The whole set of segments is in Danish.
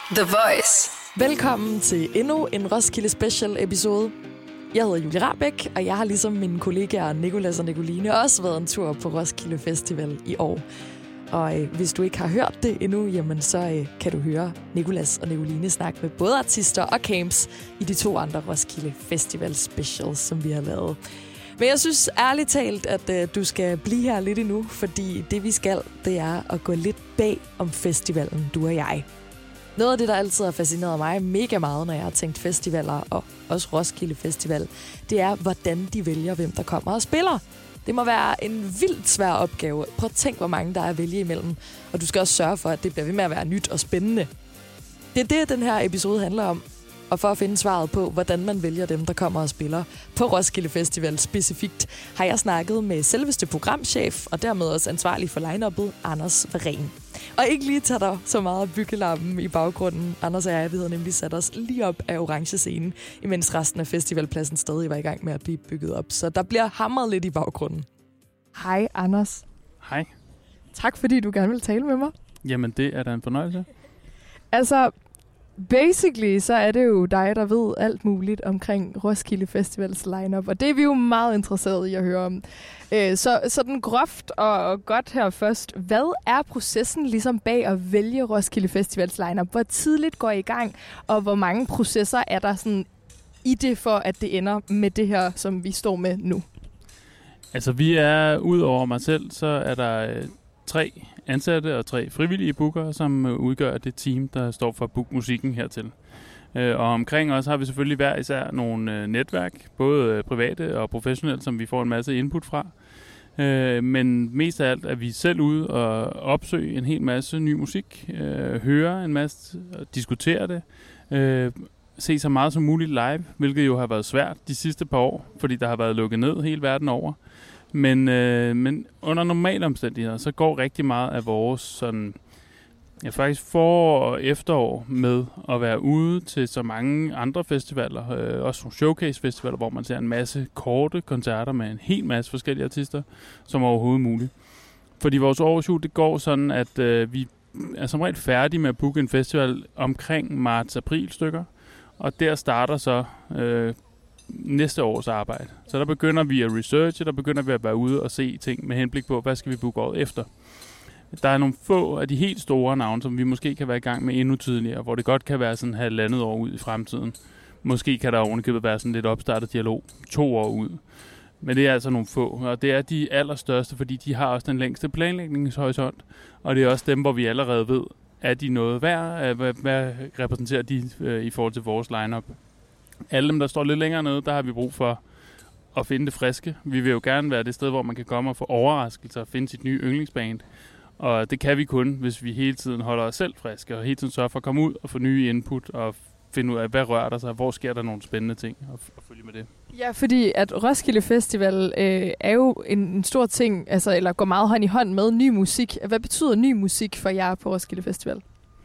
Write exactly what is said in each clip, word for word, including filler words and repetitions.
The Voice. Velkommen til endnu en Roskilde Special episode. Jeg hedder Julie Rahbek, og jeg har ligesom mine kollegaer Nicolas og Nicoline også været en tur på Roskilde Festival i år. Og øh, hvis du ikke har hørt det endnu, jamen så øh, kan du høre Nicolas og Nicoline snakke med både artister og camps i de to andre Roskilde Festival Specials, som vi har lavet. Men jeg synes ærligt talt, at øh, du skal blive her lidt endnu, fordi det vi skal, det er at gå lidt bag om festivalen, du og jeg. Noget af det, der altid har fascineret mig mega meget, når jeg har tænkt festivaler, og også Roskilde Festival, det er, hvordan de vælger, hvem der kommer og spiller. Det må være en vildt svær opgave. Prøv at tænk, hvor mange der er at vælge imellem. Og du skal også sørge for, at det bliver ved med at være nyt og spændende. Det er det, den her episode handler om. Og for at finde svaret på, hvordan man vælger dem, der kommer og spiller på Roskilde Festival specifikt, har jeg snakket med selveste programchef, og dermed også ansvarlig for line-uppet, Anders Warén. Og ikke lige tage dig så meget af byggelampen i baggrunden. Anders og jeg, vi havde nemlig sat os lige op af orange scene, imens resten af festivalpladsen stadig var i gang med at blive bygget op. Så der bliver hamret lidt i baggrunden. Hej, Anders. Hej. Tak, fordi du gerne vil tale med mig. Jamen, det er da en fornøjelse. Altså, basically, så er det jo dig, der ved alt muligt omkring Roskilde Festivals lineup, og det er vi jo meget interesserede i at høre om. Så sådan groft og godt her først. Hvad er processen ligesom bag at vælge Roskilde Festivals lineup? Hvor tidligt går I i gang, og hvor mange processer er der sådan i det, for at det ender med det her, som vi står med nu? Altså, vi er, ud over mig selv, så er der øh, tre ansatte og tre frivillige bookere, som øh, udgør det team, der står for at booke musikken hertil. Øh, og omkring os har vi selvfølgelig hver især nogle øh, netværk, både øh, private og professionelle, som vi får en masse input fra. Øh, men mest af alt er vi selv ude og opsøge en hel masse ny musik, øh, høre en masse, diskutere det, øh, se så meget som muligt live, hvilket jo har været svært de sidste par år, fordi der har været lukket ned hele verden over. Men, øh, men under normale omstændigheder, så går rigtig meget af vores sådan, ja, faktisk forår og efterår med at være ude til så mange andre festivaler, øh, også nogle showcase-festivaler, hvor man ser en masse korte koncerter med en hel masse forskellige artister, som overhovedet muligt. Fordi vores årshjul, det går sådan, at øh, vi er som regel færdige med at booke en festival omkring marts-april stykker, og der starter så øh, næste års arbejde. Så der begynder vi at researche, der begynder vi at være ude og se ting med henblik på, hvad skal vi booke året efter. Der er nogle få af de helt store navne, som vi måske kan være i gang med endnu tidligere, hvor det godt kan være sådan halvandet år ud i fremtiden. Måske kan der ovenikøbet være sådan lidt opstartet dialog to år ud. Men det er altså nogle få, og det er de allerstørste, fordi de har også den længste planlægningshorisont, og det er også dem, hvor vi allerede ved, er de noget værd, hvad, hvad repræsenterer de øh, i forhold til vores lineup. Alle dem, der står lidt længere nede, der har vi brug for at finde det friske. Vi vil jo gerne være det sted, hvor man kan komme og få overraskelser og finde sit nye yndlingsband. Og det kan vi kun, hvis vi hele tiden holder os selv friske, og hele tiden sørger for at komme ud og få nye input, og finde ud af, hvad rører der sig, hvor sker der nogle spændende ting, og, f- og følge med det. Ja, fordi at Roskilde Festival øh, er jo en, en stor ting, altså, eller går meget hånd i hånd med ny musik. Hvad betyder ny musik for jer på Roskilde Festival?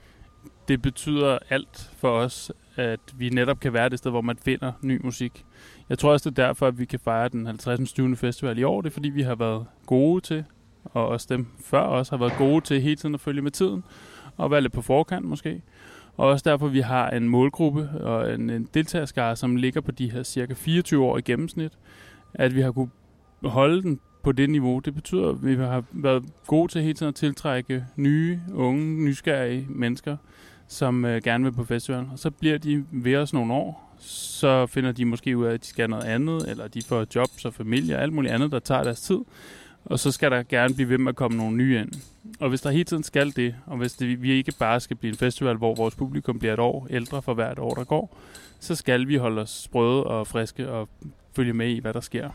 Det betyder alt for os, at vi netop kan være det sted, hvor man finder ny musik. Jeg tror også, det er derfor, at vi kan fejre den halvtredsindstyvende festival i år. Det er, fordi vi har været gode til, og også dem før os har været gode til hele tiden at følge med tiden, og være lidt på forkant måske. Og også derfor, vi har en målgruppe og en, en deltagerskare, som ligger på de her cirka fireogtyve år i gennemsnit. At vi har kunne holde den på det niveau, det betyder, at vi har været gode til hele tiden at tiltrække nye, unge, nysgerrige mennesker, som øh, gerne vil på festivalen. Og så bliver de ved os nogle år, så finder de måske ud af, at de skal noget andet, eller de får jobs og familie og alt muligt andet, der tager deres tid. Og så skal der gerne blive ved med at komme nogle nye ind. Og hvis der hele tiden skal det, og hvis det, vi ikke bare skal blive en festival, hvor vores publikum bliver et år ældre for hvert år, der går, så skal vi holde os sprøde og friske og følge med i, hvad der sker.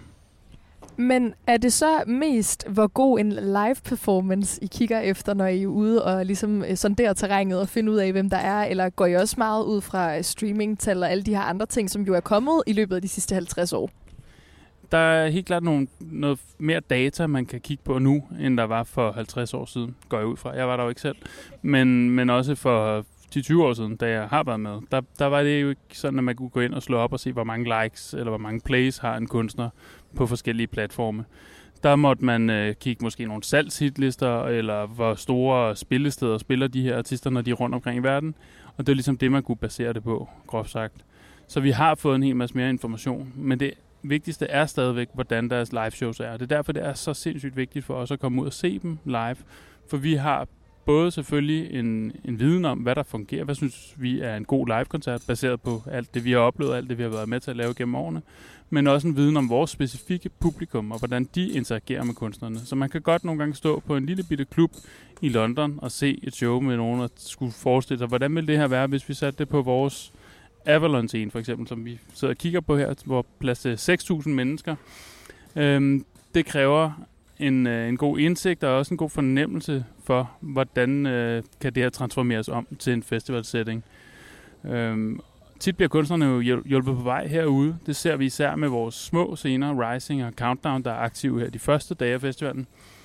Men er det så mest, hvor god en live performance I kigger efter, når I er ude og ligesom sonderer terrænet og finder ud af, hvem der er? Eller går I også meget ud fra streamingtal og alle de her andre ting, som jo er kommet i løbet af de sidste halvtreds år? Der er helt klart nogle, noget mere data, man kan kigge på nu, end der var for halvtreds år siden, går jeg ud fra. Jeg var der jo ikke selv. Men, men også for ti til tyve år siden, da jeg har været med, der, der var det jo ikke sådan, at man kunne gå ind og slå op og se, hvor mange likes eller hvor mange plays har en kunstner på forskellige platforme. Der måtte man øh, kigge måske nogle salgshitlister, eller hvor store spillesteder spiller de her artister, når de er rundt omkring i verden. Og det er ligesom det, man kunne basere det på, groft sagt. Så vi har fået en hel masse mere information, men det vigtigste er stadigvæk, hvordan deres live shows er. Det er derfor, det er så sindssygt vigtigt for os at komme ud og se dem live, for vi har både selvfølgelig en, en viden om, hvad der fungerer, hvad synes vi er en god live-koncert, baseret på alt det, vi har oplevet, alt det, vi har været med til at lave gennem årene, men også en viden om vores specifikke publikum, og hvordan de interagerer med kunstnerne. Så man kan godt nogle gange stå på en lille bitte klub i London og se et show med nogen, og skulle forestille sig, hvordan ville det her være, hvis vi satte det på vores Avalon-scene, for eksempel, som vi sidder og kigger på her, hvor plads til seks tusind mennesker. Øhm, det kræver en, øh, en god indsigt og også en god fornemmelse for, hvordan øh, kan det her transformeres om til en festivalsetting. Øhm, tit bliver kunstnerne jo hjulpet på vej herude. Det ser vi især med vores små scener, Rising og Countdown, der er aktive her de første dage af festivalen.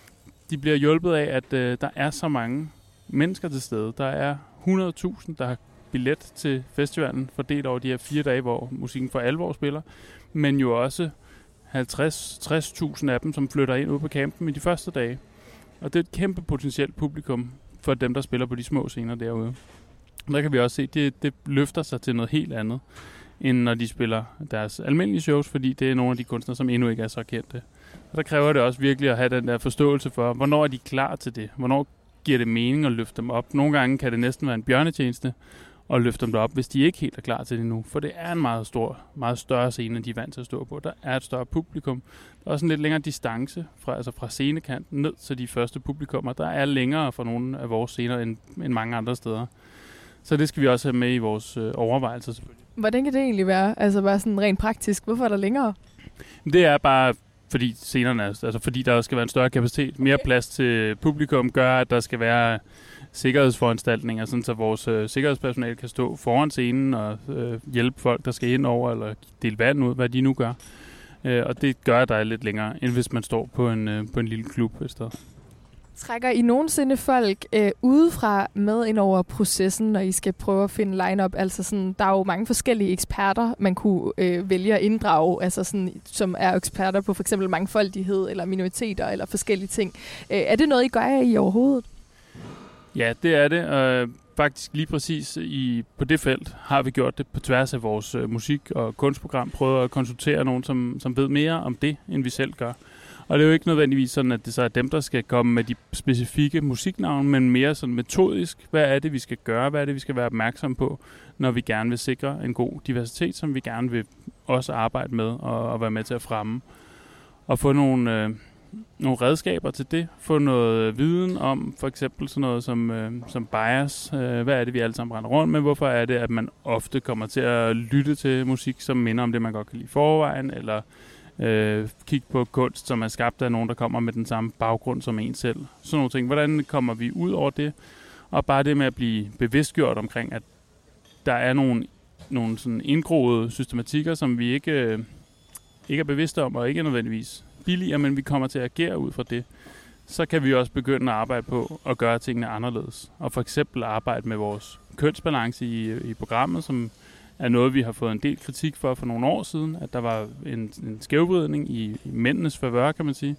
De bliver hjulpet af, at øh, der er så mange mennesker til stede. Der er hundrede tusind, der har billet til festivalen, fordelt over de her fire dage, hvor musikken for alvor spiller, men jo også halvtreds til tres tusind af dem, som flytter ind ude på campen i de første dage. Og det er et kæmpe potentielt publikum for dem, der spiller på de små scener derude. Der kan vi også se, at det, det løfter sig til noget helt andet, end når de spiller deres almindelige shows, fordi det er nogle af de kunstnere, som endnu ikke er så kendte. Og der kræver det også virkelig at have den der forståelse for, hvornår er de klar til det? Hvornår giver det mening at løfte dem op? Nogle gange kan det næsten være en bjørnetjeneste og løfte dem op, hvis de ikke helt er klar til det nu. For det er en meget stor, meget større scene, end de er vant til at stå på. Der er et større publikum. Der er også en lidt længere distance fra, altså fra scenekanten ned til de første publikummer. Der er længere fra nogle af vores scener end, end mange andre steder. Så det skal vi også have med i vores øh, overvejelser selvfølgelig. Hvordan kan det egentlig være? Altså bare sådan rent praktisk. Hvorfor er der længere? Det er bare fordi scenerne, altså fordi der skal være en større kapacitet. Mere plads til publikum gør, at der skal være sikkerhedsforanstaltninger, sådan så vores øh, sikkerhedspersonale kan stå foran scenen og øh, hjælpe folk, der skal ind over, eller dele vand ud, hvad de nu gør. Øh, og det gør, at der er lidt længere, end hvis man står på en, øh, på en lille klub et sted. Trækker I nogensinde folk øh, udefra med ind over processen, når I skal prøve at finde line-up? Altså sådan, der er jo mange forskellige eksperter, man kunne øh, vælge at inddrage, altså sådan, som er eksperter på for eksempel mangfoldighed, eller minoriteter, eller forskellige ting. Øh, er det noget, I gør i overhovedet? Ja, det er det. Og faktisk lige præcis i, på det felt har vi gjort det på tværs af vores øh, musik- og kunstprogram. Prøvet at konsultere nogen, som, som ved mere om det, end vi selv gør. Og det er jo ikke nødvendigvis sådan, at det så er dem, der skal komme med de specifikke musiknavne, men mere sådan metodisk. Hvad er det, vi skal gøre? Hvad er det, vi skal være opmærksom på, når vi gerne vil sikre en god diversitet, som vi gerne vil også arbejde med og, og være med til at fremme. Og få nogle, øh, nogle redskaber til det. Få noget viden om for eksempel sådan noget som, øh, som bias. Øh, hvad er det, vi alle sammen render rundt med? Hvorfor er det, at man ofte kommer til at lytte til musik, som minder om det, man godt kan lide i forvejen, eller Øh, kig på kunst, som er skabt af nogen, der kommer med den samme baggrund som en selv. Sådan nogle ting. Hvordan kommer vi ud over det? Og bare det med at blive bevidstgjort omkring, at der er nogle, nogle sådan indgroede systematikker, som vi ikke, øh, ikke er bevidste om, og ikke er nødvendigvis billigere, men vi kommer til at agere ud fra det. Så kan vi også begynde at arbejde på at gøre tingene anderledes. Og for eksempel arbejde med vores kønsbalance i, i programmet, som er noget, vi har fået en del kritik for for nogle år siden, at der var en, en skævvridning i, i mændenes favør, kan man sige.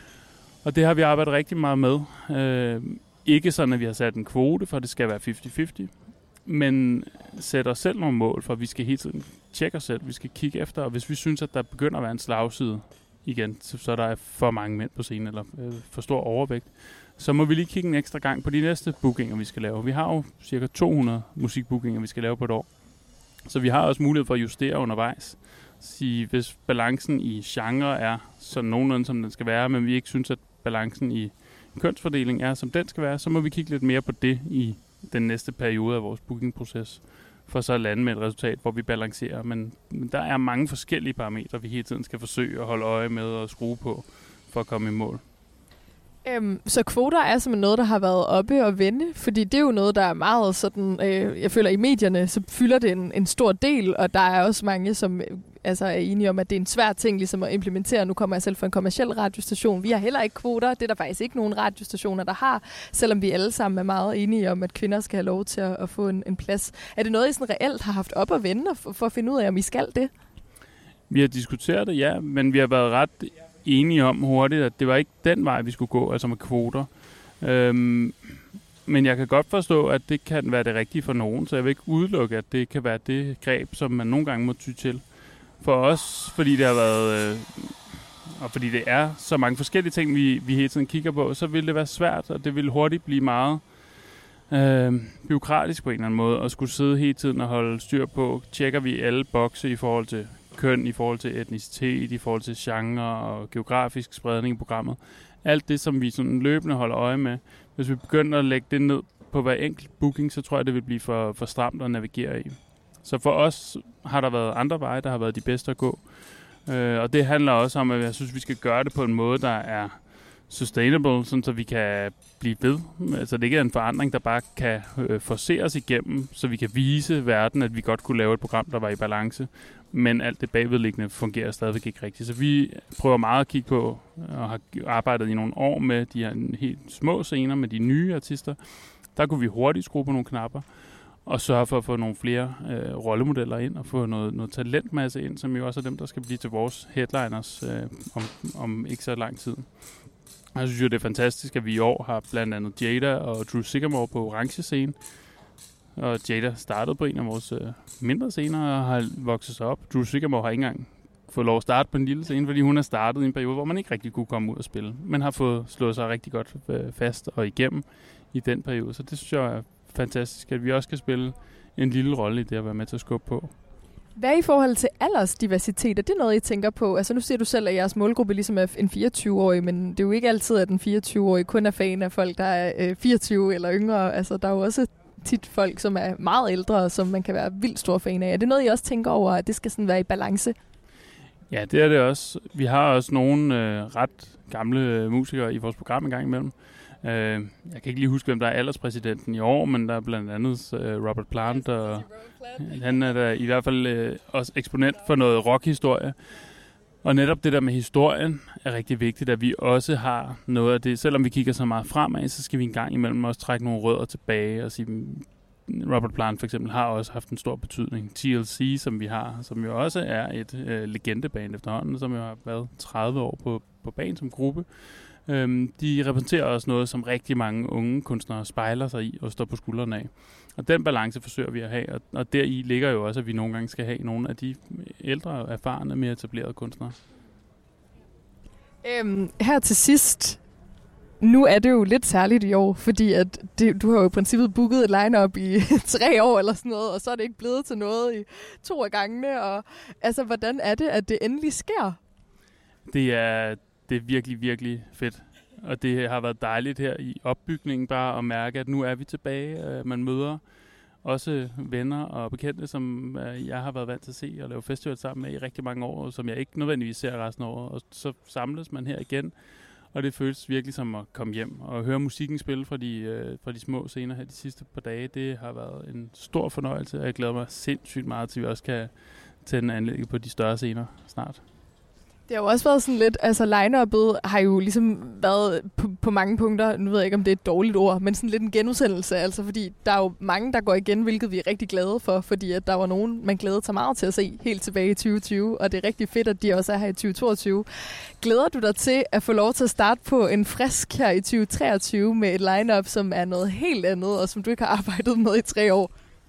Og det har vi arbejdet rigtig meget med. Øh, ikke sådan, at vi har sat en kvote for, at det skal være halvtreds halvtreds, men sætter os selv nogle mål for, at vi skal hele tiden tjekke os selv, vi skal kigge efter, og hvis vi synes, at der begynder at være en slagside igen, så, så der er for mange mænd på scenen, eller øh, for stor overvægt, så må vi lige kigge en ekstra gang på de næste bookinger, vi skal lave. Vi har jo cirka to hundrede musikbookinger, vi skal lave på et år. Så vi har også mulighed for at justere undervejs. Sige, hvis balancen i genre er sådan nogenlunde, som den skal være, men vi ikke synes, at balancen i kønsfordeling er, som den skal være, så må vi kigge lidt mere på det i den næste periode af vores bookingproces, for så at lande med et resultat, hvor vi balancerer. Men, men der er mange forskellige parametre, vi hele tiden skal forsøge at holde øje med og skrue på, for at komme i mål. Øhm, så kvoter er simpelthen noget, der har været oppe og vende, fordi det er jo noget, der er meget sådan, øh, jeg føler i medierne, så fylder det en, en stor del, og der er også mange, som altså, er enige om, at det er en svær ting ligesom at implementere. Nu kommer jeg selv fra en kommerciel radiostation. Vi har heller ikke kvoter, det er der faktisk ikke nogen radiostationer, der har, selvom vi alle sammen er meget enige om, at kvinder skal have lov til at, at få en, en plads. Er det noget, I sådan reelt har haft op og vende for, for at finde ud af, om I skal det? Vi har diskuteret det, ja, men vi har været ret enige om hurtigt, at det var ikke den vej, vi skulle gå, altså med kvoter. Øhm, men jeg kan godt forstå, at det kan være det rigtige for nogen, så jeg vil ikke udelukke, at det kan være det greb, som man nogle gange må ty til. For os, fordi det har været, øh, og fordi det er så mange forskellige ting, vi, vi hele tiden kigger på, så vil det være svært, og det vil hurtigt blive meget øh, bureaukratisk på en eller anden måde, at skulle sidde hele tiden og holde styr på, tjekker vi alle bokse i forhold til køn, i forhold til etnicitet, i forhold til genre og geografisk spredning i programmet. Alt det, som vi sådan løbende holder øje med. Hvis vi begynder at lægge det ned på hver enkelt booking, så tror jeg, det vil blive for, for stramt at navigere i. Så for os har der været andre veje, der har været de bedste at gå. Øh, og det handler også om, at jeg synes, vi skal gøre det på en måde, der er sustainable, sådan så vi kan blive ved. Altså det ikke er en forandring, der bare kan øh, forceres igennem, så vi kan vise verden, at vi godt kunne lave et program, der var i balance. Men alt det bagvedliggende fungerer stadigvæk ikke rigtigt. Så vi prøver meget at kigge på, og har arbejdet i nogle år med de her helt små scener, med de nye artister. Der kunne vi hurtigt skrue på nogle knapper, og sørge for at få nogle flere øh, rollemodeller ind, og få noget, noget talentmasse ind, som jo også er dem, der skal blive til vores headliners øh, om, om ikke så lang tid. Jeg synes jo, det er fantastisk, at vi i år har blandt andet Jada og Drew Sycamore på orange scene. Og Jada startede på en af vores øh, mindre scener og har vokset sig op. Drew Sycamore har ikke engang fået lov at starte på en lille scene, fordi hun er startet i en periode, hvor man ikke rigtig kunne komme ud og spille. Men har fået slået sig rigtig godt øh, fast og igennem i den periode. Så det synes jeg er fantastisk, at vi også kan spille en lille rolle i det at være med til at skubbe på. Hvad i forhold til aldersdiversitet? Er det noget, I tænker på? Altså nu siger du selv, at jeres målgruppe ligesom er en fireogtyve-årig, men det er jo ikke altid, at en fireogtyve-årig kun er fan af folk, der er øh, fireogtyve eller yngre. Altså der er jo også tit folk, som er meget ældre, som man kan være vildt stor fan af. Er det noget, I også tænker over, at det skal sådan være i balance? Ja, det er det også. Vi har også nogle øh, ret gamle musikere i vores program en gang imellem. Øh, jeg kan ikke lige huske, hvem der er alderspræsidenten i år, men der er blandt andet øh, Robert Plant, og han er der i hvert fald øh, også eksponent for noget rockhistorie. Og netop det der med historien er rigtig vigtigt, at vi også har noget af det. Selvom vi kigger så meget fremad, så skal vi en gang imellem også trække nogle rødder tilbage og sige, Robert Plant for eksempel har også haft en stor betydning. T L C, som vi har, som jo også er et øh, legendeband efterhånden, som jo har været tredive år på, på banen som gruppe. Øhm, de repræsenterer også noget, som rigtig mange unge kunstnere spejler sig i og står på skuldrene af. Og den balance forsøger vi at have, og, og deri ligger jo også, at vi nogle gange skal have nogle af de ældre, erfarne, mere etablerede kunstnere. Øhm, her til sidst, nu er det jo lidt særligt i år, fordi at det, du har jo i princippet booket et line-up i tre år eller sådan noget, og så er det ikke blevet til noget i to af gangene. Og, altså, hvordan er det, at det endelig sker? Det er, det er virkelig, virkelig fedt. Og det har været dejligt her i opbygningen bare at mærke, at nu er vi tilbage. Man møder også venner og bekendte, som jeg har været vant til at se og lave festival sammen med i rigtig mange år, som jeg ikke nødvendigvis ser resten af året. Og så samles man her igen, og det føles virkelig som at komme hjem og høre musikken spille fra de, fra de små scener her de sidste par dage. Det har været en stor fornøjelse, og jeg glæder mig sindssygt meget til, at vi også kan tænde anlægget på de større scener snart. Det har jo også været sådan lidt, altså line-uppet har jo ligesom været på, på mange punkter, nu ved jeg ikke, om det er et dårligt ord, men sådan lidt en genudsendelse, altså fordi der er jo mange, der går igen, hvilket vi er rigtig glade for, fordi at der var nogen, man glæder sig meget til at se helt tilbage i tyve tyve, og det er rigtig fedt, at de også er her i tyve toogtyve. Glæder du dig til at få lov til at starte på en frisk her i tyve treogtyve med et line-up, som er noget helt andet, og som du ikke har arbejdet med i tre år?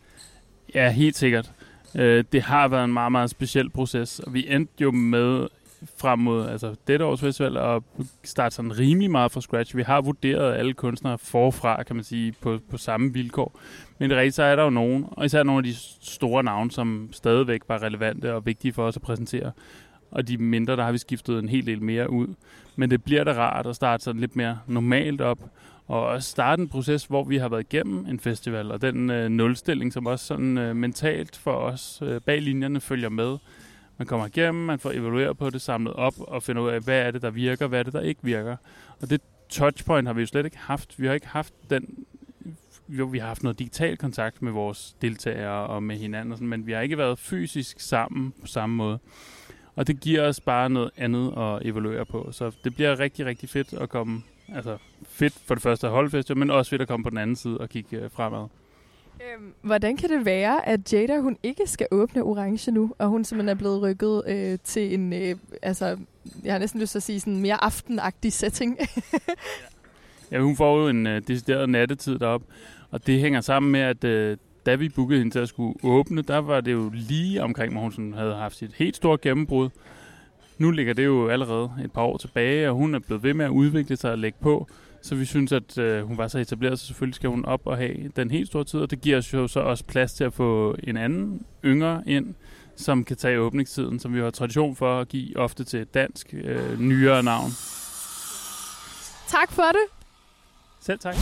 Ja, helt sikkert. Det har været en meget, meget speciel proces, og vi endte jo med frem mod altså dette års festival og starte sådan rimelig meget fra scratch. Vi har vurderet alle kunstnere forfra, kan man sige, på, på samme vilkår. Men det rigtigt, så er der jo nogen, og især nogle af de store navne, som stadigvæk var relevante og vigtige for os at præsentere. Og de mindre, der har vi skiftet en hel del mere ud. Men det bliver da rart at starte sådan lidt mere normalt op, og også starte en proces, hvor vi har været igennem en festival, og den øh, nulstilling, som også sådan øh, mentalt for os øh, bag linjerne følger med. Man kommer igennem, man får evalueret på det, samlet op og finder ud af, hvad er det, der virker, hvad er det, der ikke virker. Og det touchpoint har vi jo slet ikke haft. Vi har ikke haft den... Jo, vi har haft noget digital kontakt med vores deltagere og med hinanden, og sådan, men vi har ikke været fysisk sammen på samme måde. Og det giver os bare noget andet at evaluere på. Så det bliver rigtig, rigtig fedt at komme... Altså fedt for det første at holde festival, men også fedt at komme på den anden side og kigge fremad. Øhm, hvordan kan det være, at Jada hun ikke skal åbne Orange nu, og hun simpelthen er blevet rykket øh, til en, øh, altså, jeg har næsten lyst til at sige sådan en mere aftenagtig setting? Ja, hun får jo en øh, decideret nattetid deroppe, og det hænger sammen med, at øh, da vi bookede hende til at skulle åbne, der var det jo lige omkring, hvor hun sådan havde haft sit helt store gennembrud. Nu ligger det jo allerede et par år tilbage, og hun er blevet ved med at udvikle sig og lægge på. Så vi synes, at øh, hun var så etableret, så selvfølgelig skal hun op og have den helt store tid. Og det giver os jo så også plads til at få en anden yngre ind, som kan tage åbningstiden, som vi har tradition for at give ofte til et dansk øh, nyere navn. Tak for det. Selv tak.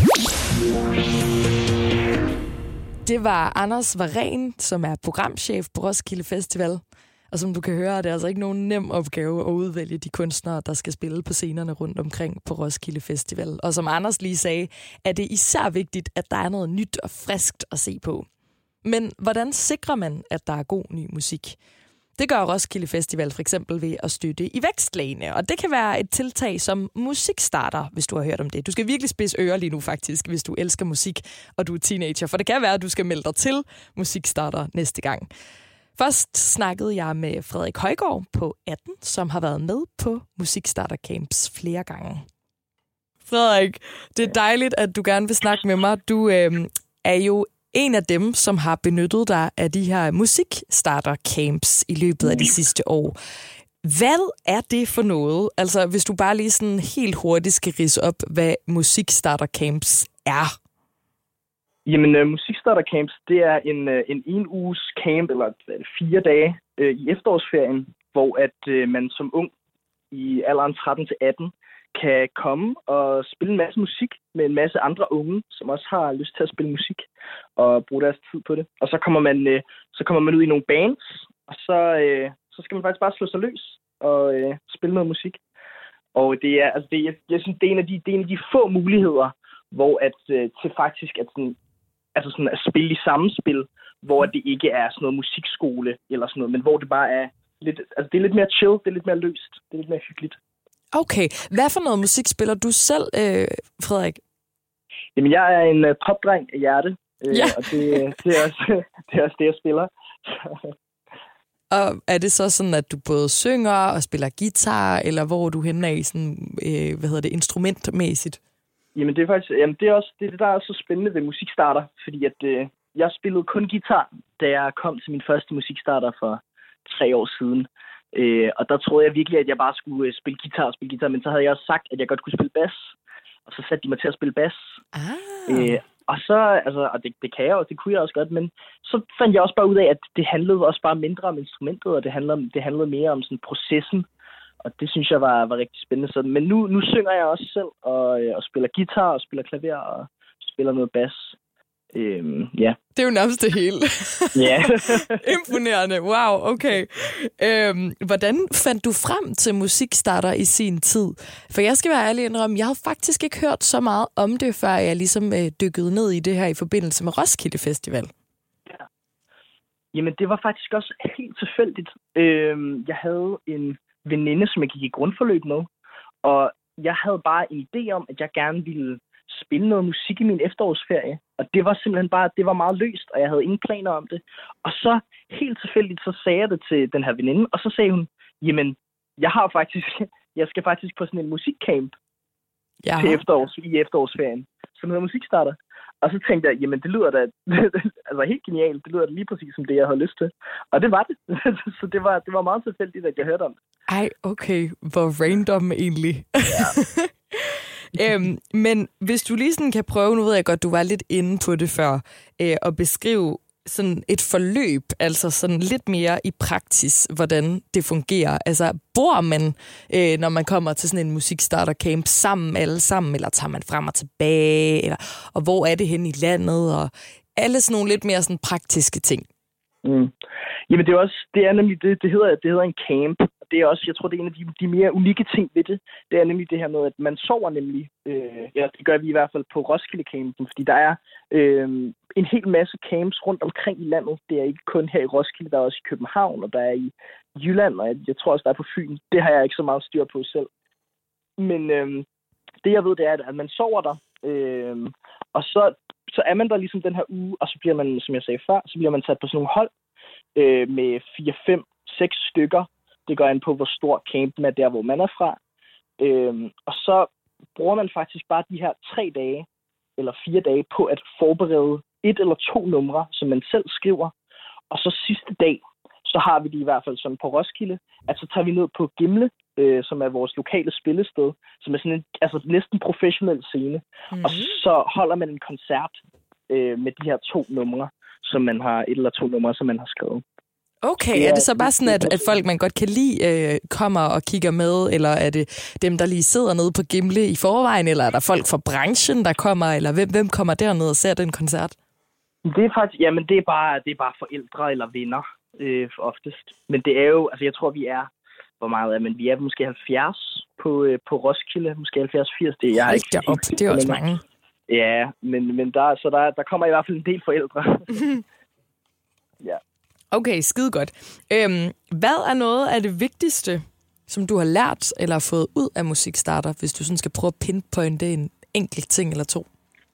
Det var Anders Varen, som er programchef på Roskilde Festival. Og som du kan høre, det er altså ikke nogen nem opgave at udvælge de kunstnere, der skal spille på scenerne rundt omkring på Roskilde Festival. Og som Anders lige sagde, er det især vigtigt, at der er noget nyt og friskt at se på. Men hvordan sikrer man, at der er god ny musik? Det gør Roskilde Festival for eksempel ved at støtte i vækstlægene, og det kan være et tiltag som Musikstarter, hvis du har hørt om det. Du skal virkelig spidse ører lige nu faktisk, hvis du elsker musik, og du er teenager, for det kan være, at du skal melde dig til Musikstarter næste gang. Først snakkede jeg med Frederik Højgaard på atten, som har været med på Musikstarter Camps flere gange. Frederik, det er dejligt, at du gerne vil snakke med mig. Du øh, er jo en af dem, som har benyttet dig af de her Musikstarter Camps i løbet af de sidste år. Hvad er det for noget? Altså, hvis du bare lige sådan helt hurtigt skal ridse op, hvad Musikstarter Camps er. Jamen, uh, Musikstarter Camps, det er en, uh, en en uges camp, eller fire dage uh, i efterårsferien, hvor at uh, man som ung i alderen tretten til atten kan komme og spille en masse musik med en masse andre unge, som også har lyst til at spille musik og bruge deres tid på det. Og så kommer man, uh, så kommer man ud i nogle bands, og så, uh, så skal man faktisk bare slå sig løs og uh, spille noget musik. Og det er, altså det, jeg, jeg synes, det er en af de, det er en af de få muligheder, hvor at uh, til faktisk at sådan, altså sådan at spille i samspil, hvor det ikke er sådan noget musikskole eller sådan noget, men hvor det bare er lidt, altså det er lidt mere chill, det er lidt mere løst, det er lidt mere hyggeligt. Okay, hvad for noget musik spiller du selv, øh, Frederik? Jamen, jeg er en uh, popdreng af hjerte, øh, ja. og det, det, er også, det er også det, jeg spiller. Og er det så sådan, at du både synger og spiller guitar, eller hvor er du henne af sådan, øh, hvad hedder det, instrumentmæssigt? Jamen, det er faktisk, jamen, det er også det, der er så spændende ved Musikstarter, fordi at øh, jeg spillede kun guitar, da jeg kom til min første Musikstarter for tre år siden. Øh, og der troede jeg virkelig, at jeg bare skulle øh, spille guitar og spille guitar, men så havde jeg også sagt, at jeg godt kunne spille bas, og så satte de mig til at spille bas. Ah. Øh, og så, altså, og det, det kan jeg også, det kunne jeg også godt, men så fandt jeg også bare ud af, at det handlede også bare mindre om instrumentet, og det handlede, det handlede mere om sådan processen. Og det synes jeg var, var rigtig spændende. Så, men nu, nu synger jeg også selv, og, og spiller guitar, og spiller klaver, og spiller noget bas. Øhm, ja. Det er jo nærmest det hele. Ja. Imponerende. Wow, okay. Øhm, hvordan fandt du frem til Musikstarter i sin tid? For jeg skal være ærlig indrømme, jeg havde faktisk ikke hørt så meget om det, før jeg ligesom øh, dykkede ned i det her i forbindelse med Roskilde Festival. Ja. Jamen, det var faktisk også helt tilfældigt. Øhm, jeg havde en veninde, som jeg gik i grundforløb med, og jeg havde bare en idé om, at jeg gerne ville spille noget musik i min efterårsferie, og det var simpelthen bare, det var meget løst, og jeg havde ingen planer om det. Og så helt tilfældigt, så sagde jeg det til den her veninde, og så sagde hun, jamen, jeg har faktisk, jeg skal faktisk på sådan en musikcamp til efterårs, i efterårsferien, som hedder Musikstarter. Og så tænkte jeg, jamen det lyder da altså helt genialt, det lyder da lige præcis som det, jeg havde lyst til. Og det var det. Så det var, det var meget tilfældigt, at jeg hørte om det. Ej, okay. Hvor random egentlig. Ja. øhm, men hvis du lige sådan kan prøve, nu ved jeg godt, du var lidt inde på det før, øh, at beskrive sådan et forløb, altså sådan lidt mere i praksis, hvordan det fungerer. Altså, bor man, øh, når man kommer til sådan en Musikstarter-camp sammen, alle sammen, eller tager man frem og tilbage, eller, og hvor er det henne i landet, og alle sådan nogle lidt mere sådan praktiske ting. Mm. Jamen, det er også, det er nemlig, det, det, hedder, det hedder en camp. Det er også, jeg tror, det er en af de, de mere unikke ting ved det. Det er nemlig det her med, at man sover nemlig. Øh, ja, det gør vi i hvert fald på Roskilde Campen, fordi der er øh, en hel masse camps rundt omkring i landet. Det er ikke kun her i Roskilde, der er også i København, og der er i Jylland, og jeg, jeg tror også, der er på Fyn. Det har jeg ikke så meget styr på selv. Men øh, det, jeg ved, det er, at man sover der, øh, og så så er man der ligesom den her uge, og så bliver man, som jeg sagde før, så bliver man sat på sådan nogle hold øh, med fire, fem, seks stykker. Det går an på, hvor stor campen er der, hvor man er fra. Øh, og så bruger man faktisk bare de her tre dage, eller fire dage, på at forberede et eller to numre, som man selv skriver. Og så sidste dag, så har vi det i hvert fald sådan på Roskilde, at så tager vi ned på Gimle, øh, som er vores lokale spillested, som er sådan en altså næsten professionel scene. Mm-hmm. Og så holder man en koncert øh, med de her to numre, som man har, et eller to numre, som man har skrevet. Okay, er det så bare sådan, at, at folk, man godt kan lide, øh, kommer og kigger med, eller er det dem, der lige sidder nede på Gimle i forvejen, eller er der folk fra branchen, der kommer, eller hvem, hvem kommer derned og ser den koncert? Det er faktisk, jamen det er bare, det er bare forældre eller venner, øh, oftest. Men det er jo, altså jeg tror, vi er, hvor meget er, men vi er måske halvfjerds på, øh, på Roskilde, måske halvfjerds firs. Det, jeg er ikke op, det er også mange. Ja, men, men der, så der, der kommer i hvert fald en del forældre. Ja. Okay, skide godt. Øhm, hvad er noget af det vigtigste, som du har lært eller fået ud af Musikstarter, hvis du sådan skal prøve at pinpointe en enkelt ting eller to?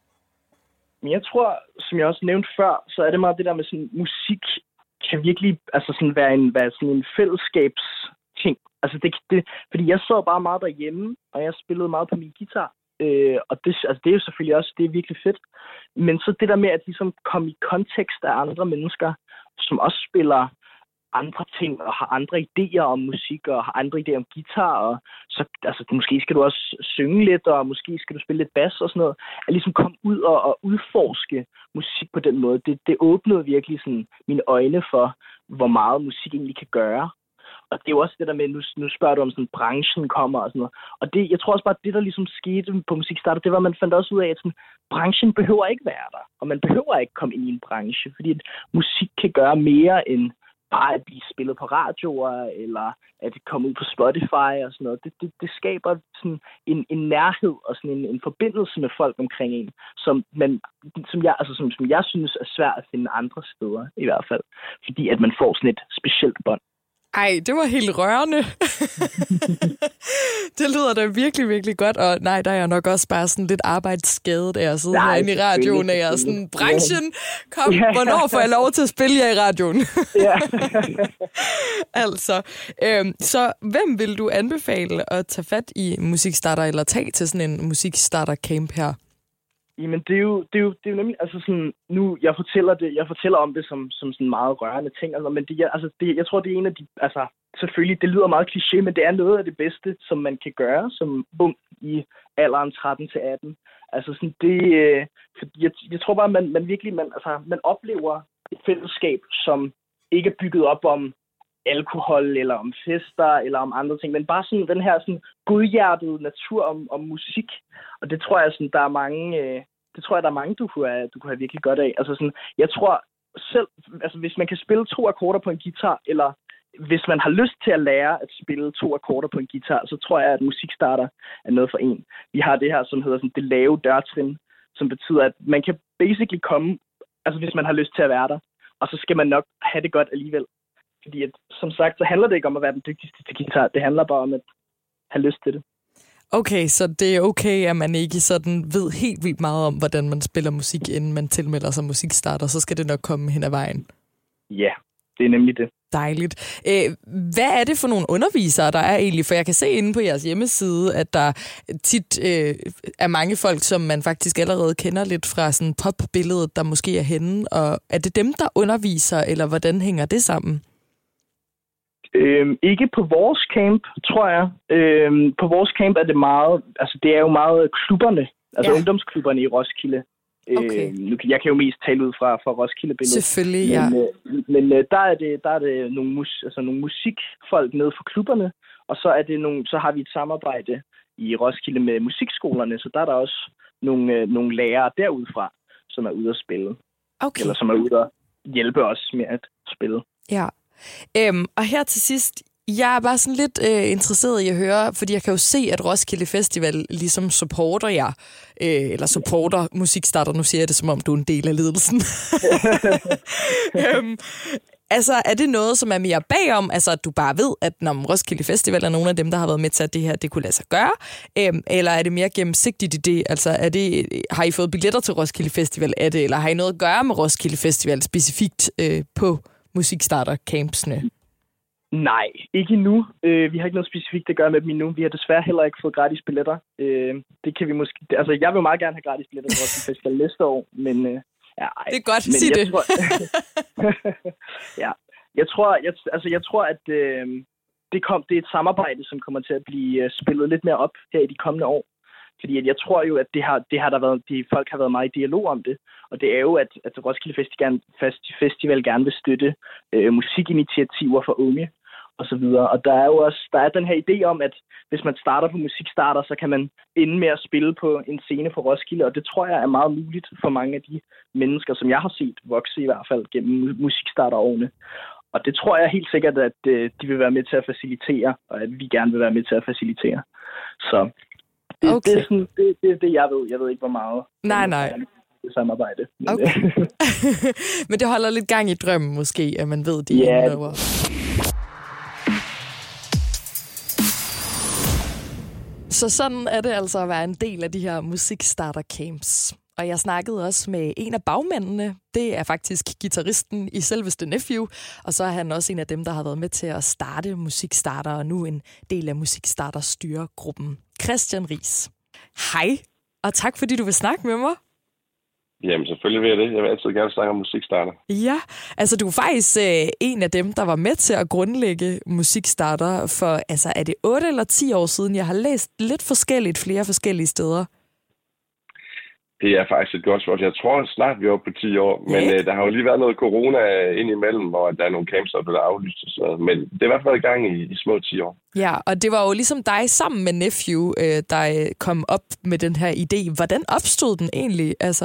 Men jeg tror, som jeg også nævnte før, så er det meget det der med sådan, musik kan virkelig altså sådan være en, være sådan en fællesskabsting. Altså det, det, fordi jeg sad bare meget derhjemme, og jeg spillede meget på min guitar. Øh, og det, altså det er jo selvfølgelig også, det er virkelig fedt. Men så det der med at ligesom komme i kontekst af andre mennesker, som også spiller andre ting og har andre idéer om musik og har andre idéer om guitar, og så altså, måske skal du også synge lidt, og måske skal du spille lidt bas og sådan noget. At ligesom komme ud og, og udforske musik på den måde, det, det åbnede virkelig sådan mine øjne for, hvor meget musik egentlig kan gøre. Og det er jo også det der med, nu, nu spørger du om sådan, branchen kommer og sådan noget. Og det, jeg tror også bare, at det der ligesom skete på Musikstarter, det var, at man fandt også ud af, at sådan, branchen behøver ikke være der. Og man behøver ikke komme ind i en branche, fordi at musik kan gøre mere end bare at blive spillet på radioer, eller at det kommer ud på Spotify og sådan noget. Det, det, det skaber sådan en, en nærhed og sådan en, en forbindelse med folk omkring en, som, man, som, jeg, altså som, som jeg synes er svært at finde andre steder i hvert fald. Fordi at man får sådan et specielt bånd. Ej, det var helt rørende. Det lyder da virkelig, virkelig godt. Og nej, der er jeg nok også bare sådan lidt arbejdsskadet af at sidde nej, herinde i radioen, og jeg er sådan, branchen, kom, ja. Hvornår får jeg lov til at spille jer i radioen? Ja. Altså, øhm, så hvem vil du anbefale at tage fat i Musikstarter, eller tage til sådan en Musikstarter-camp her? Jamen, det er jo, det er jo, det er jo nemlig, altså sådan, nu, jeg fortæller det, jeg fortæller om det som, som sådan meget rørende ting, altså, men det, altså, det, jeg tror, det er en af de, altså, selvfølgelig, det lyder meget kliché, men det er noget af det bedste, som man kan gøre som ung i alderen tretten til atten. Altså sådan, det, øh, jeg, jeg tror bare, man, man virkelig, man, altså, man oplever et fællesskab, som ikke er bygget op om alkohol, eller om fester, eller om andre ting, men bare sådan den her sådan godhjertede natur om, om musik. Og det tror jeg, sådan, der er mange, øh, det tror jeg, der er mange, du kunne have, du kunne have virkelig godt af. Altså sådan, jeg tror selv, altså hvis man kan spille to akkorder på en guitar, eller hvis man har lyst til at lære at spille to akkorder på en guitar, så tror jeg, at Musikstarter er noget for en. Vi har det her, som hedder sådan, det lave dørtrin, som betyder, at man kan basically komme, altså hvis man har lyst til at være der, og så skal man nok have det godt alligevel. Fordi at, som sagt, så handler det ikke om at være den dygtigste til guitar. Det handler bare om at have lyst til det. Okay, så det er okay, at man ikke sådan ved helt vildt meget om, hvordan man spiller musik, inden man tilmelder sig Musikstarter, så skal det nok komme hen ad vejen. Ja, det er nemlig det. Dejligt. Æh, hvad er det for nogle undervisere, der er egentlig? For jeg kan se inde på jeres hjemmeside, at der tit øh, er mange folk, som man faktisk allerede kender lidt fra sådan popbilledet, der måske er henne. Og er det dem, der underviser, eller hvordan hænger det sammen? Øhm, ikke på vores camp, tror jeg. Øhm, på vores camp er det meget, altså det er jo meget klubberne, altså ja. Ungdomsklubberne i Roskilde. Okay. Øhm, nu, jeg kan jo mest tale ud fra, fra Roskilde-billedet. Selvfølgelig, ja. Men, øh, men øh, der er det, der er det nogle, mus, altså nogle musikfolk nede for klubberne, og så, er det nogle, så har vi et samarbejde i Roskilde med musikskolerne, så der er der også nogle, øh, nogle lærere derudfra, som er ude at spille. Okay. Eller som er ude at hjælpe os med at spille. Ja. Øhm, og her til sidst, jeg er bare sådan lidt øh, interesseret i at høre, fordi jeg kan jo se, at Roskilde Festival ligesom supporter jer, øh, eller supporter Musikstarter. Nu siger jeg det, som om du er en del af ledelsen. øhm, Altså, er det noget, som er mere bagom? Altså, at du bare ved, at når Roskilde Festival er nogle af dem, der har været med til, at det her det kunne lade sig gøre? Øhm, eller er det mere gennemsigtigt i det? Altså, er det, har I fået billetter til Roskilde Festival af det? Eller har I noget at gøre med Roskilde Festival specifikt øh, på Musikstarter-campsene? Nej, ikke endnu. Øh, vi har ikke noget specifikt at gøre med dem endnu. Vi har desværre heller ikke fået gratis billetter. Øh, det kan vi måske... Altså, jeg vil meget gerne have gratis billetter til Roskilde Festival næste år, men... Øh, ja, ej. Det er godt, men sig det. Tror, ja, jeg tror, jeg, altså, jeg tror at øh, det, kom, det er et samarbejde, som kommer til at blive spillet lidt mere op her i de kommende år. Fordi at jeg tror jo, at det har, det har der været, de folk har været meget i dialog om det. Og det er jo, at, at Roskilde Festival, Festival gerne vil støtte øh, musikinitiativer for unge og så videre. Og der er jo også der er den her idé om, at hvis man starter på Musikstarter, så kan man ende med at spille på en scene på Roskilde. Og det tror jeg er meget muligt for mange af de mennesker, som jeg har set vokse i hvert fald gennem Musikstarter-årene. Og det tror jeg helt sikkert, at øh, de vil være med til at facilitere, og at vi gerne vil være med til at facilitere. Så det, okay. det, er, sådan, det, det er det, jeg ved. Jeg ved ikke, hvor meget. Nej, nej. Det samarbejde. Men, okay. Men det holder lidt gang i drømmen måske, at man ved, de ja, er over. Så sådan er det altså at være en del af de her Musikstarter-camps. Og jeg snakkede også med en af bagmændene. Det er faktisk guitaristen i selveste Nephew. Og så er han også en af dem, der har været med til at starte Musikstarter, og nu en del af Musikstarter-styregruppen. Christian Riis. Hej, og tak fordi du vil snakke med mig. Jamen, selvfølgelig vil jeg det. Jeg vil altid gerne snakke om Musikstarter. Ja, altså du er faktisk øh, en af dem, der var med til at grundlægge Musikstarter for, altså er det otte eller ti år siden? Jeg har læst lidt forskelligt flere forskellige steder. Det er faktisk et godt spørgsmål. Jeg tror snart, vi er oppe på ti år, men øh, der har jo lige været noget corona ind imellem, hvor der er nogle camps, der er blevet aflyst og sådan noget. Men det er i hvert fald i gang i, i små ti år. Ja, og det var jo ligesom dig sammen med Nephew, øh, der kom op med den her idé. Hvordan opstod den egentlig? Altså...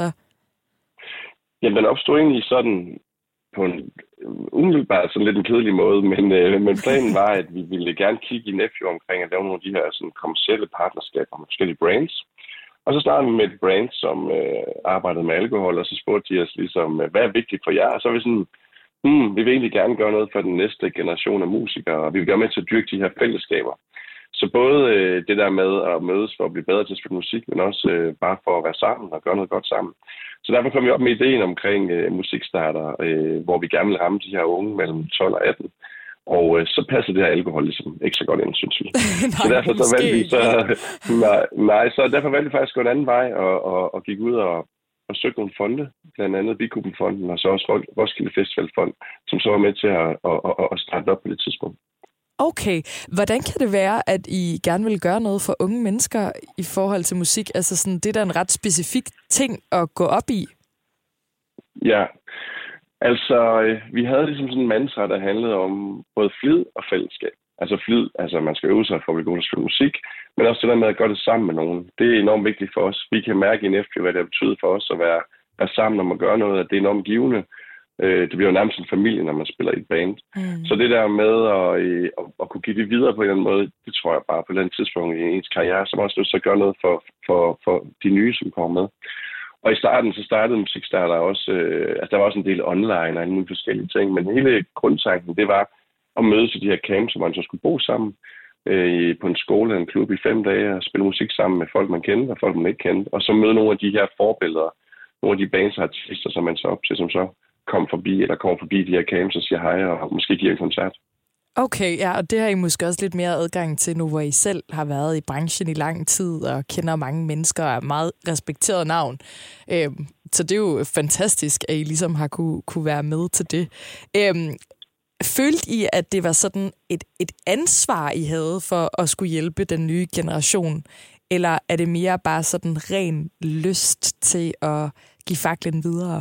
Jamen, den opstod egentlig sådan på en umiddelbart sådan lidt en kedelig måde, men, øh, men planen var, at vi ville gerne kigge i Nephew omkring at lave nogle af de her sådan, kommercielle partnerskaber med forskellige brands. Og så startede vi med et brand, som øh, arbejdede med alkohol, og så spurgte de os ligesom, hvad er vigtigt for jer? Og så var vi sådan, hmm, vi vil egentlig gerne gøre noget for den næste generation af musikere, og vi vil gøre med til at dyrke de her fællesskaber. Så både øh, det der med at mødes for at blive bedre til at spille musik, men også øh, bare for at være sammen og gøre noget godt sammen. Så derfor kom vi op med ideen omkring øh, Musikstarter, øh, hvor vi gerne vil ramme de her unge mellem tolv og atten. Og øh, så passer det her alkohol ligesom ikke så godt ind, synes vi. nej, så derfor så valgte vi så, nej, nej, så derfor valgte vi faktisk at gå en anden vej og, og, og gik ud og, og søgte nogle fonde, blandt andet Bikubenfonden og så også Roskilde Festivalfond, som så var med til at, at, at, at starte op på det tidspunkt. Okay, hvordan kan det være, at I gerne vil gøre noget for unge mennesker i forhold til musik? Altså sådan, det er da en ret specifik ting at gå op i. Ja, altså vi havde ligesom sådan en mantra, der handlede om både flid og fællesskab. Altså flid, altså man skal øve sig for at blive god til at spille musik, men også det der med at gøre det sammen med nogen. Det er enormt vigtigt for os. Vi kan mærke i Nephew, hvad det betyder for os at være, være sammen om at gøre noget, at det er enormt givende. Det bliver jo nærmest en familie, når man spiller i et band. Mm. Så det der med at, at, at kunne give det videre på en eller anden måde, det tror jeg bare på den tidspunkt i ens karriere, som også lyst til at gøre noget for, for, for de nye, som kommer med. Og i starten, så startede Musikstarter også, øh, altså der var også en del online og en mulige forskellige ting, men hele grundtanken, det var at mødes i de her camps, hvor man så skulle bo sammen øh, på en skole eller en klub i fem dage og spille musik sammen med folk, man kendte og folk, man ikke kendte, og så møde nogle af de her forbilleder, nogle af de bands og artister, som man så op til, som så kom forbi, eller kommer forbi de her camps og siger hej, og måske giver en koncert. Okay, ja, og det har I måske også lidt mere adgang til nu, hvor I selv har været i branchen i lang tid, og kender mange mennesker og er meget respekteret navn. Øhm, så det er jo fantastisk, at I ligesom har kunne, kunne være med til det. Øhm, følte I, at det var sådan et, et ansvar, I havde for at skulle hjælpe den nye generation, eller er det mere bare sådan ren lyst til at give faklen videre?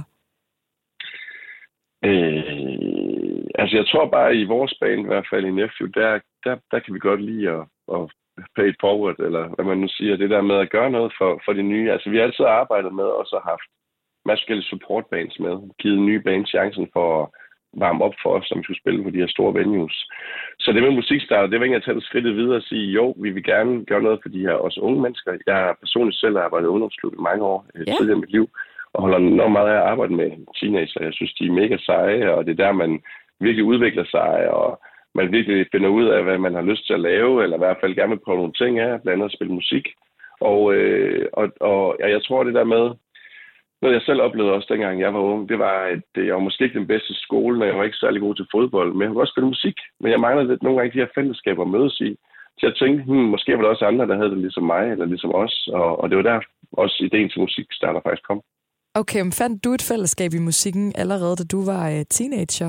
Øh, altså jeg tror bare, i vores band, i hvert fald i Nephew, der, der, der kan vi godt lide at, at pay it forward, eller hvad man nu siger, det der med at gøre noget for, for de nye. Altså vi har altid arbejdet med, og så haft masser af forskellige support bands med, givet nye bands chancen for at varme op for os, som vi skulle spille på de her store venues. Så det med Musikstarter, det var egentlig at tage skridtet videre og sige, jo, vi vil gerne gøre noget for de her også unge mennesker. Jeg har personligt selv arbejdet i ungdomsklub i mange år, yeah. tidligere i mit liv, og holder enormt meget af at arbejde med teenager. Jeg synes, de er mega seje, og det er der, man virkelig udvikler sig, og man virkelig finder ud af, hvad man har lyst til at lave, eller i hvert fald gerne vil prøve nogle ting af, blandt andet at spille musik. Og, øh, og, og ja, jeg tror, det der med, noget jeg selv oplevede også, dengang jeg var ung, det var, at jeg var måske ikke den bedste skole, og jeg var ikke særlig god til fodbold, men jeg kunne også spille musik. Men jeg manglede lidt nogle gange de her fællesskaber mødes i. Så jeg tænkte, hmm, måske var der også andre, der havde det ligesom mig, eller ligesom os. Og, og det var der også ideen til musik starter faktisk kom. Okay, men fandt du et fællesskab i musikken allerede, da du var uh, teenager?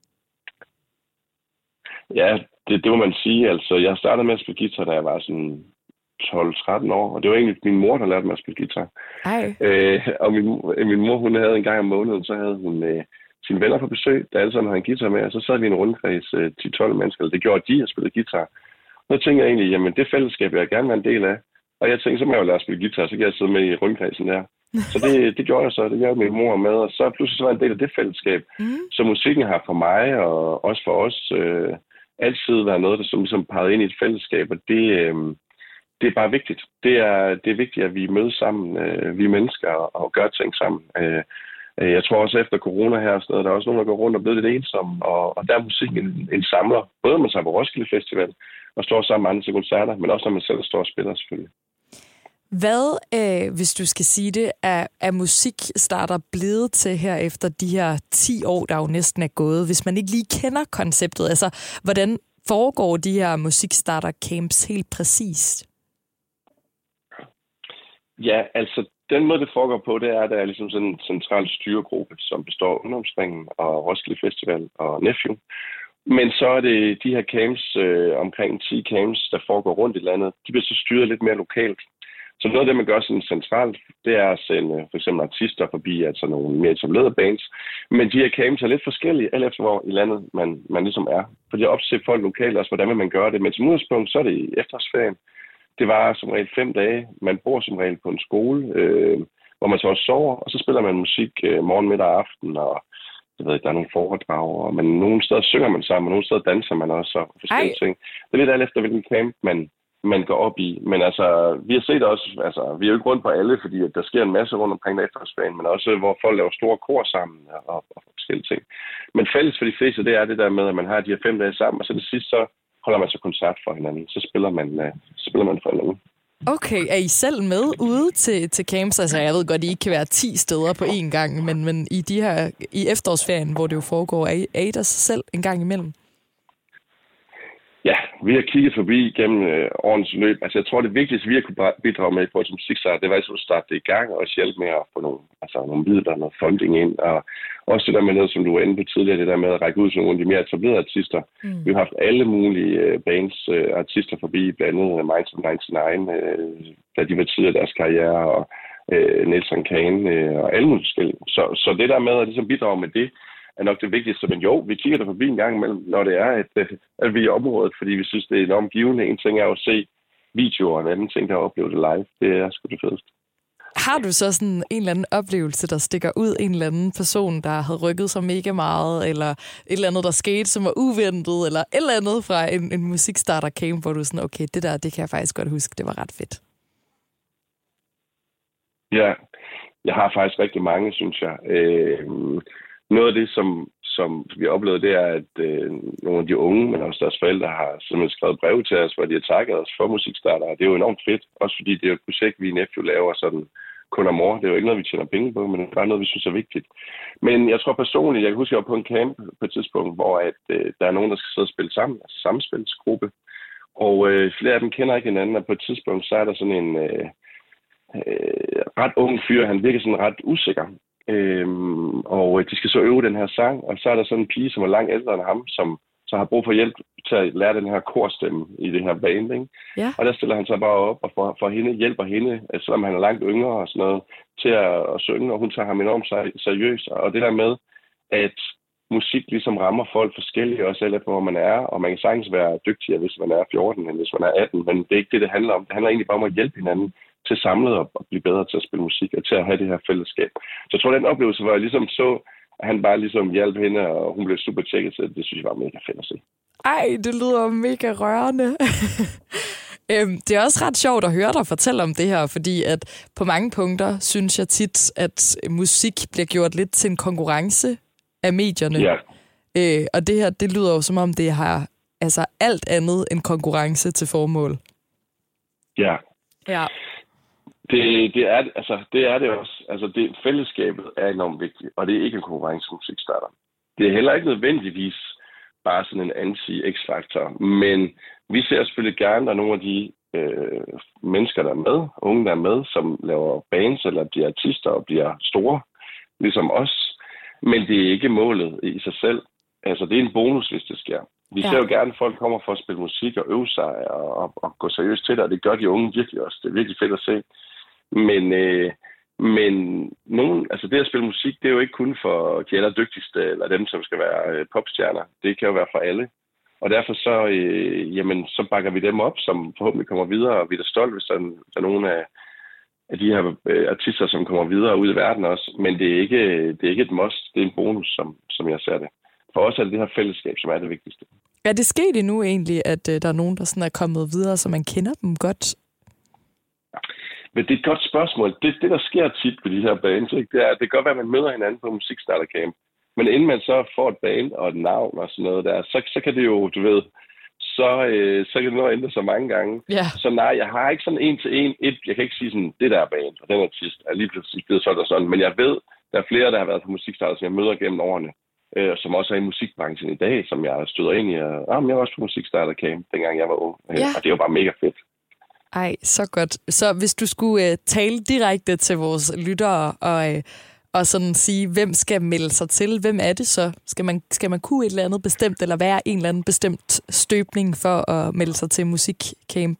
Ja, det, det må man sige. Altså, jeg startede med at spille guitar, da jeg var sådan tolv tretten år, og det var egentlig min mor, der lærte mig at spille guitar. Ej. Øh, og min, min mor, hun havde en gang om måneden, så havde hun øh, sine venner på besøg, der alle sammen havde en guitar med, og så sad vi i en rundkreds, øh, ti tolv mennesker, det gjorde de, at spille guitar. Og så tænkte jeg egentlig, jamen det fællesskab vil jeg gerne være en del af. Og jeg tænkte, så må jeg jo lære at spille guitar, så kan jeg sidde med i rundkredsen der. Så det, det gjorde jeg så, det gjorde min mor med, og så pludselig så var jeg en del af det fællesskab. Mm. Så musikken har for mig, og også for os, øh, altid været noget, der som ligesom pegede ind i et fællesskab, og det, øh, det er bare vigtigt. Det er, det er vigtigt, at vi mødes sammen, øh, vi mennesker, og, og gør ting sammen. Øh, jeg tror også efter corona her, og sådan noget, der er også nogen, der går rundt og er blevet lidt ensomme, og, og der er musikken en, en samler, både når man tager på Roskilde Festival, og står sammen med andre til koncerter, men også når man selv står og spiller selvfølgelig. Hvad, øh, hvis du skal sige det, er, er musikstarter blevet til her efter de her ti år, der jo næsten er gået, hvis man ikke lige kender konceptet? Altså, hvordan foregår de her musikstarter-camps helt præcist? Ja, altså den måde, det foregår på, det er, at der er ligesom sådan en central styregruppe, som består af Ungdomsringen og Roskilde Festival og Nephew. Men så er det de her camps, øh, omkring ti camps, der foregår rundt i landet, de bliver så styret lidt mere lokalt. Så noget af det, man gør sådan centralt, det er at sende for eksempel artister forbi, altså nogle mere etablerede bands. Men de her camps er lidt forskellige, alt efter hvor i landet man, man ligesom er. For det er op til folk lokalt også, hvordan man gør det. Men som udgangspunkt, så er det i efterårsferien. Det var som regel fem dage. Man bor som regel på en skole, øh, hvor man så også sover, og så spiller man musik øh, morgen, middag og aften, og jeg ved ikke, der er nogle foredrag, men nogle steder synger man sammen, og nogle steder danser man også, og forskellige Ej. ting. Det er lidt alt efter, hvilken camp man, man går op i. Men altså, vi har set også, altså, vi er jo ikke rundt på alle, fordi at der sker en masse rundt omkring der efterårsferien, men også, hvor folk laver store kor sammen, og, og forskellige ting. Men fælles for de fleste, det er det der med, at man har de her fem dage sammen, og så det sidste, så holder man så koncert for hinanden. Så spiller man, så spiller man for hinanden. Okay, er I selv med ude til, til camps? Altså, jeg ved godt, I ikke kan være ti steder på én gang, men, men i de her i efterårsferien, hvor det jo foregår, er I, er I der selv en gang imellem? Ja, vi har kigget forbi gennem øh, årens løb. Altså, jeg tror, det vigtigste, vi har kunne bidrage med i forhold til musikstart, det var altså at starte det i gang og også hjælpe med at få nogle, altså, nogle midler, noget funding ind. Og også det der med noget, som du var inde på tidligere, det der med at række ud til nogle af de mere etablerede artister. Mm. Vi har haft alle mulige øh, bands, øh, artister forbi, blandt andet Minds of nioghalvfems, øh, da de var tidligere i deres karriere, og øh, Nelson Kane øh, og alle mulige forskellige. Så, så det der med at ligesom bidrage med det, er nok det vigtigste. Men jo, vi kigger der forbi en gang imellem, når det er, at, at vi er i området, fordi vi synes, det er enormt givende. En ting er at se videoer, og en anden ting er at opleve det live. Det er sgu det fedeste. Har du så sådan en eller anden oplevelse, der stikker ud, en eller anden person, der havde rykket sig mega meget, eller et eller andet, der skete, som var uventet, eller et eller andet fra en, en musikstarter-camp, hvor du er sådan, okay, det der, det kan jeg faktisk godt huske, det var ret fedt? Ja, jeg har faktisk rigtig mange, synes jeg. Øh, Noget af det, som, som vi oplevede, det er, at øh, nogle af de unge, men også deres forældre, har simpelthen skrevet breve til os, hvor de har takket os for musikstarter. Det er jo enormt fedt, også fordi det er et projekt, vi i Nephew laver sådan kun om året. Det er jo ikke noget, vi tjener penge på, men det er bare noget, vi synes er vigtigt. Men jeg tror personligt, jeg kan huske, at jeg var på en camp på et tidspunkt, hvor at, øh, der er nogen, der skal sidde og spille sammen, altså samspilsgruppe. Og øh, flere af dem kender ikke hinanden, og på et tidspunkt, så er der sådan en øh, øh, ret ung fyr, han virker sådan ret usikker. Øhm, og de skal så øve den her sang, og så er der sådan en pige, som er langt ældre end ham, som så har brug for hjælp til at lære den her korstemme i det her band, ikke? Ja. Og der stiller han sig bare op og får, får hende, hjælper hende, selvom han er langt yngre og sådan noget, til at, at synge, og hun tager ham enormt seriøst. Og det der med, at musik ligesom rammer folk forskellige, også alt efter hvor man er, og man kan sagtens være dygtigere, hvis man er fjorten, end hvis man er atten, men det er ikke det, det handler om. Det handler egentlig bare om at hjælpe hinanden til samlet og blive bedre til at spille musik og til at have det her fællesskab. Så jeg tror, den oplevelse, hvor jeg ligesom så, at han bare ligesom hjalp hende, og hun blev super tjekket, så det synes jeg var mega fedt at se. Ej, det lyder mega rørende. øhm, det er også ret sjovt at høre dig fortælle om det her, fordi at på mange punkter synes jeg tit, at musik bliver gjort lidt til en konkurrence af medierne. Ja. Øh, og det her, det lyder jo som om, det har altså alt andet end konkurrence til formål. Ja. Ja. Det, det, er, altså, det er det også. Altså, det, fællesskabet er enormt vigtigt, og det er ikke en konkurrence som musikstarter. Det er heller ikke nødvendigvis bare sådan en anti-X-faktor, men vi ser selvfølgelig gerne, at der er nogle af de øh, mennesker, der er med, unge, der er med, som laver bands eller bliver artister og bliver store, ligesom os. Men det er ikke målet i sig selv. Altså, det er en bonus, hvis det sker. Vi ja. ser jo gerne, at folk kommer for at spille musik og øve sig og, og, og gå seriøst til det, og det gør de unge virkelig også. Det er virkelig fedt at se. Men, øh, men nogen, altså det at spille musik, det er jo ikke kun for de allerdygtigste, eller dem, som skal være øh, popstjerner. Det kan jo være for alle. Og derfor så, øh, jamen, så bakker vi dem op, som forhåbentlig kommer videre, og vi er da stolte, hvis der, der er nogle af, af de her øh, artister, som kommer videre ud i verden også. Men det er ikke, det er ikke et must, det er en bonus, som, som jeg ser det. For os er det det her fællesskab, som er det vigtigste. Er det sket endnu egentlig, at øh, der er nogen, der sådan er kommet videre, så man kender dem godt? Men det er et godt spørgsmål. Det, det der sker tit på de her bands, ikke? Det er, det kan godt være, at man møder hinanden på musikstartercamp. Men inden man så får et band og et navn og sådan noget der, så, så kan det jo, du ved, så, øh, så kan det nå at ændre sig mange gange. Yeah. Så nej, jeg har ikke sådan en til en, et, jeg kan ikke sige sådan, det der er band, og den artist er lige pludselig blevet sådan og sådan. Men jeg ved, der er flere, der har været på musikstarter, som jeg møder gennem årene, øh, som også er i musikbranchen i dag, som jeg støder ind i. Og, ah, jeg var også på musikstartercamp, dengang jeg var ung. Yeah. Og det er jo bare mega fedt. Ej, så godt. Så hvis du skulle øh, tale direkte til vores lyttere og, øh, og sådan sige, hvem skal melde sig til, hvem er det så? Skal man, skal man kunne et eller andet bestemt, eller være en eller anden bestemt støbning for at melde sig til musikcamp?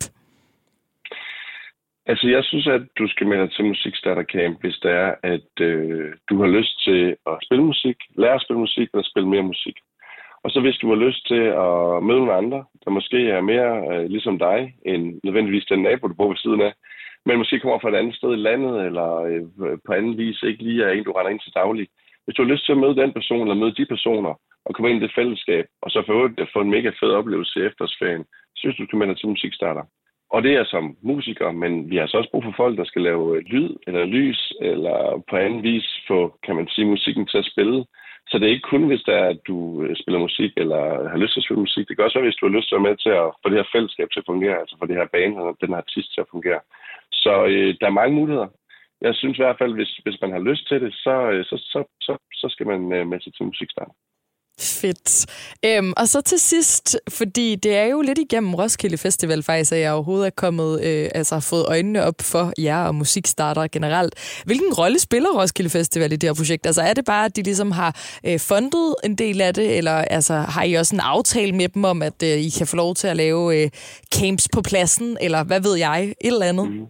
Altså, jeg synes, at du skal melde dig til musikstartercamp, hvis det er, at øh, du har lyst til at spille musik, lære at spille musik, eller spille mere musik. Og så hvis du har lyst til at møde nogle andre, der måske er mere øh, ligesom dig, end nødvendigvis den nabo, du bor ved siden af, men måske kommer fra et andet sted i landet, eller øh, på anden vis ikke lige er en, du render ind til daglig. Hvis du har lyst til at møde den person, eller møde de personer, og komme ind i det fællesskab, og så for øvrigt få en mega fed oplevelse i efterårsferien, så synes du, du kan melde dig til musikstarter. Og det er som musiker, men vi har så også brug for folk, der skal lave lyd, eller lys, eller på anden vis få, kan man sige, musikken til at spille. Så det er ikke kun, hvis der er, at du spiller musik, eller har lyst til at spille musik. Det kan også være, hvis du har lyst til at være med til at få det her fællesskab til at fungere, altså få det her band og den her artist til at fungere. Så øh, der er mange muligheder. Jeg synes i hvert fald, hvis, hvis man har lyst til det, så, så, så, så, så skal man øh, med sig til musikstarter. Fedt. Øhm, og så til sidst, fordi det er jo lidt igennem Roskilde Festival faktisk, at jeg overhovedet er kommet, øh, altså har fået øjnene op for jer og musikstarter generelt. Hvilken rolle spiller Roskilde Festival i det her projekt? Altså er det bare, at de ligesom har øh, fundet en del af det, eller altså, har I også en aftale med dem om, at øh, I kan få lov til at lave øh, camps på pladsen, eller hvad ved jeg, et eller andet? Mm.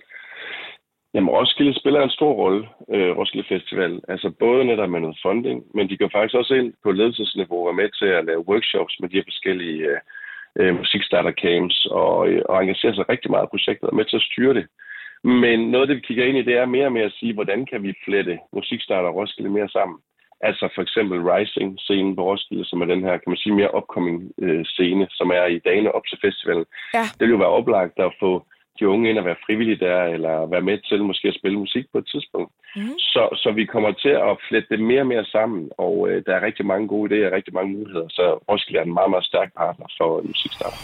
Jamen, Roskilde spiller en stor rolle, øh, Roskilde Festival. Altså både netop med noget funding, men de går faktisk også ind på ledelsesniveau og er med til at lave workshops med de her forskellige øh, musikstartercamps og, øh, og engagere sig rigtig meget i projektet og med til at styre det. Men noget af det, vi kigger ind i, det er mere og mere at sige, hvordan kan vi flette musikstarter og Roskilde mere sammen. Altså for eksempel Rising-scenen på Roskilde, som er den her, kan man sige, mere upcoming øh, scene, som er i dagene op til festivalen. Ja. Det vil jo være oplagt at få de unge ind at være frivillige der, eller være med til måske at spille musik på et tidspunkt. Mm. Så, så vi kommer til at flette det mere og mere sammen, og øh, der er rigtig mange gode idéer og rigtig mange muligheder, så Roskilde er en meget, meget stærk partner for musikstarter.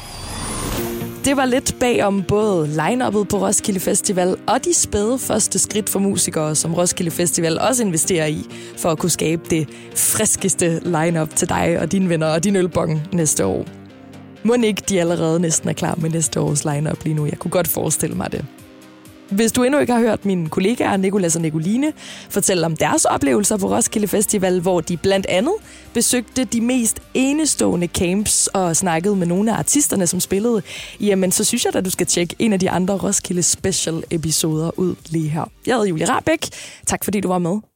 Det var lidt bag om både line-uppet på Roskilde Festival og de spæde første skridt for musikere, som Roskilde Festival også investerer i, for at kunne skabe det friskeste line-up til dig og dine venner og din ølbong næste år. Må ikke de allerede næsten er klar med næste års line-up lige nu? Jeg kunne godt forestille mig det. Hvis du endnu ikke har hørt mine kollegaer Nicolas og Nicoline fortælle om deres oplevelser på Roskilde Festival, hvor de blandt andet besøgte de mest enestående camps og snakkede med nogle af artisterne, som spillede, jamen så synes jeg at du skal tjekke en af de andre Roskilde Special episoder ud lige her. Jeg hedder Julie Rahbek. Tak fordi du var med.